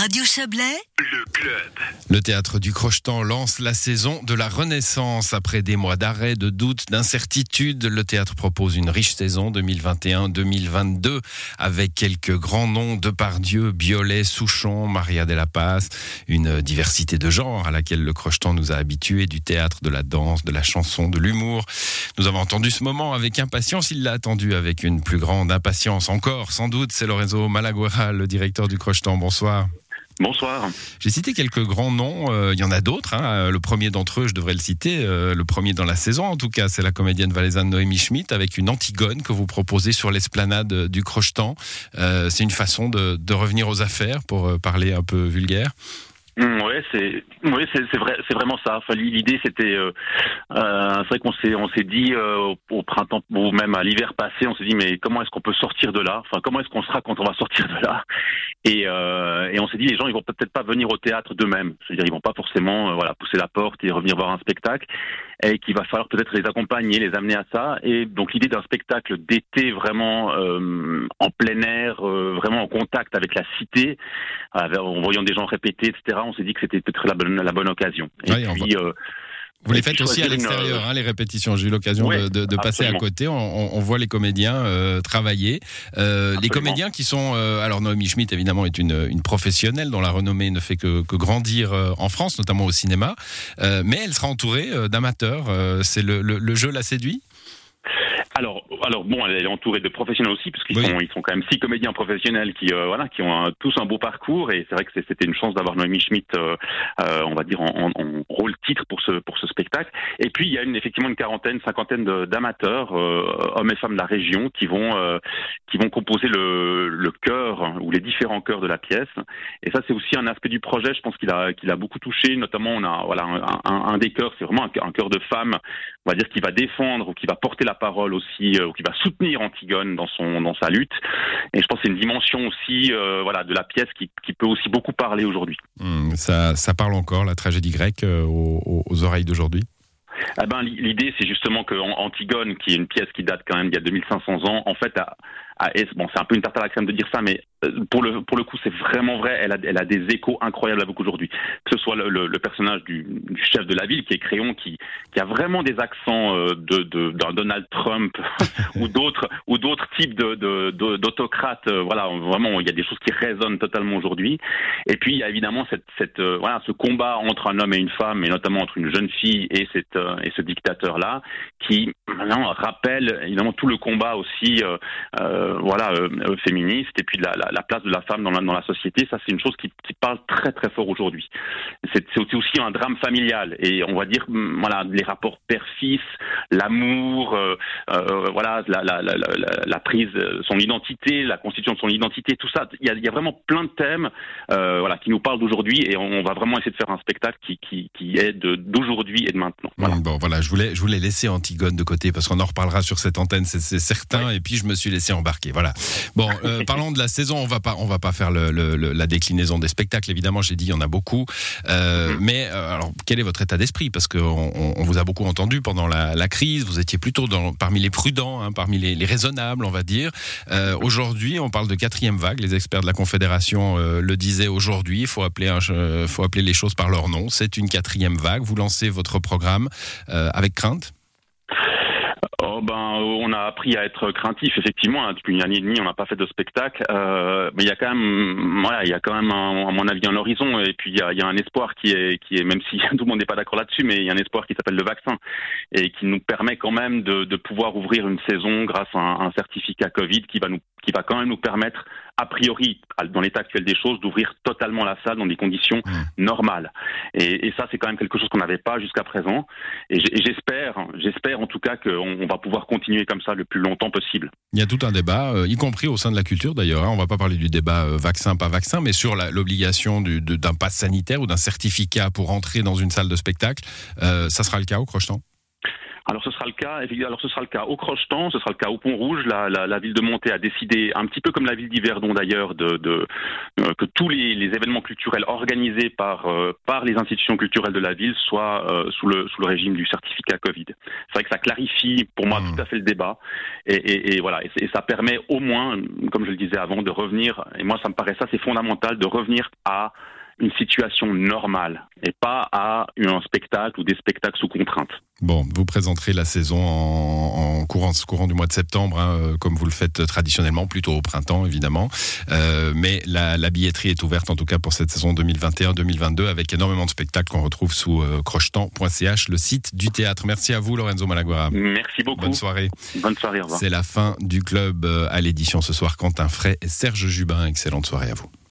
Radio Chablais, le club. Le théâtre du Crochetan lance la saison de la Renaissance. Après des mois d'arrêt, de doutes, d'incertitudes, le théâtre propose une riche saison 2021-2022 avec quelques grands noms: Depardieu, Biolay, Souchon, Maria de la Paz. Une diversité de genres à laquelle le Crochetan nous a habitués, du théâtre, de la danse, de la chanson, de l'humour. Nous avons attendu ce moment avec impatience. Il l'a attendu avec une plus grande impatience encore, sans doute. C'est Lorenzo Malaguerra, le directeur du Crochetan. Bonsoir. Bonsoir. J'ai cité quelques grands noms, il y en a d'autres. Le premier d'entre eux, je devrais le citer, le premier dans la saison en tout cas, c'est la comédienne valaisanne Noémie Schmidt avec une Antigone que vous proposez sur l'esplanade du Crochetan. C'est une façon de revenir aux affaires, pour parler un peu vulgaire. C'est vrai, c'est vraiment ça. Enfin, l'idée c'était, c'est vrai qu'on s'est dit au printemps ou même à l'hiver passé, on s'est dit mais comment est-ce qu'on peut sortir de là ? Enfin, comment est-ce qu'on sera quand on va sortir de là ? Et on s'est dit les gens ils vont peut-être pas venir au théâtre d'eux-mêmes. C'est-à-dire ils vont pas forcément pousser la porte et revenir voir un spectacle, et qu'il va falloir peut-être les accompagner, les amener à ça. Et donc l'idée d'un spectacle d'été vraiment en plein air, vraiment en contact avec la cité, en voyant des gens répéter, etc. On s'est dit que c'était peut-être la bonne occasion. Et puis, vous les faites aussi à l'extérieur, les répétitions. J'ai eu l'occasion de passer à côté. On voit les comédiens travailler. Les comédiens qui sont... alors Noémie Schmidt, évidemment, est une professionnelle dont la renommée ne fait que grandir en France, notamment au cinéma. Mais elle sera entourée d'amateurs. C'est le jeu la séduit ? Alors bon, elle est entourée de professionnels aussi, parce qu'ils sont quand même 6 comédiens professionnels qui ont tous un beau parcours, et c'est vrai que c'était une chance d'avoir Noémie Schmidt, on va dire en rôle titre pour ce spectacle. Et puis il y a effectivement une cinquantaine d'amateurs, hommes et femmes de la région, qui vont composer le chœur ou les différents chœurs de la pièce. Et ça c'est aussi un aspect du projet, je pense qu'il a beaucoup touché. Notamment on a un des chœurs, c'est vraiment un chœur de femmes, on va dire, qui va défendre ou qui va porter la parole aussi, ou qui va soutenir Antigone dans sa lutte. Et je pense que c'est une dimension aussi de la pièce qui peut aussi beaucoup parler aujourd'hui. Ça parle encore, la tragédie grecque, aux oreilles d'aujourd'hui? L'idée, c'est justement que Antigone, qui est une pièce qui date quand même d'il y a 2500 ans, en fait, c'est un peu une tarte à la crème de dire ça, mais pour le coup, c'est vraiment vrai. Elle a des échos incroyables avec aujourd'hui. Que ce soit le personnage du chef de la ville, qui est Créon, qui a vraiment des accents d'un Donald Trump ou d'autres types d'autocrates. Vraiment, il y a des choses qui résonnent totalement aujourd'hui. Et puis, il y a évidemment ce combat entre un homme et une femme, et notamment entre une jeune fille et ce dictateur-là, qui maintenant rappelle évidemment tout le combat aussi féministe, et puis la place de la femme dans la société. Ça, c'est une chose qui parle très très fort aujourd'hui. C'est aussi un drame familial, et on va dire les rapports père-fils, l'amour, la prise de son identité, la constitution de son identité, tout ça. Il y a vraiment plein de thèmes qui nous parlent d'aujourd'hui, et on va vraiment essayer de faire un spectacle qui est d'aujourd'hui et de maintenant. Je voulais laisser Antigone de côté parce qu'on en reparlera sur cette antenne, c'est certain. Et puis je me suis laissé embarquer. Voilà. Bon, parlons de la saison. On va pas faire la déclinaison des spectacles. Évidemment, j'ai dit il y en a beaucoup. Mais alors, quel est votre état d'esprit ? Parce que on vous a beaucoup entendu pendant la crise. Vous étiez plutôt parmi les prudents, parmi les raisonnables, on va dire. Aujourd'hui, on parle de 4e vague. Les experts de la Confédération le disaient aujourd'hui. Il faut appeler les choses par leur nom. C'est une 4e vague. Vous lancez votre programme avec crainte ? On a appris à être craintif, effectivement. Depuis une année et demie, on n'a pas fait de spectacle. Mais il y a quand même, à mon avis, un horizon. Et puis il y a un espoir qui est, même si tout le monde n'est pas d'accord là-dessus, mais il y a un espoir qui s'appelle le vaccin, et qui nous permet quand même de pouvoir ouvrir une saison grâce à un certificat Covid qui va quand même nous permettre, a priori, dans l'état actuel des choses, d'ouvrir totalement la salle dans des conditions normales. Et ça, c'est quand même quelque chose qu'on n'avait pas jusqu'à présent. Et j'espère en tout cas qu'on va pouvoir continuer comme ça le plus longtemps possible. Il y a tout un débat, y compris au sein de la culture d'ailleurs. On ne va pas parler du débat vaccin, pas vaccin, mais sur l'obligation d'un pass sanitaire ou d'un certificat pour entrer dans une salle de spectacle. Ça sera le cas au Crochetan ? Alors ce sera le cas au Crochetan, ce sera le cas au Pont-Rouge. La ville de Montaix a décidé, un petit peu comme la ville d'Yverdon d'ailleurs, que tous les événements culturels organisés par les institutions culturelles de la ville soient sous le régime du certificat Covid. C'est vrai que ça clarifie pour moi tout à fait le débat et voilà, et ça permet au moins, comme je le disais avant, de revenir, et moi ça me paraît ça c'est fondamental, de revenir à une situation normale et pas à un spectacle ou des spectacles sous contrainte. Bon, vous présenterez la saison en courant du mois de septembre, comme vous le faites traditionnellement, plutôt au printemps évidemment. Mais la billetterie est ouverte en tout cas pour cette saison 2021-2022 avec énormément de spectacles qu'on retrouve sous crochetan.ch, le site du théâtre. Merci à vous Lorenzo Malaguarra. Merci beaucoup. Bonne soirée. Bonne soirée, au revoir. C'est la fin du club à l'édition ce soir. Quentin Fray et Serge Jubin. Excellente soirée à vous.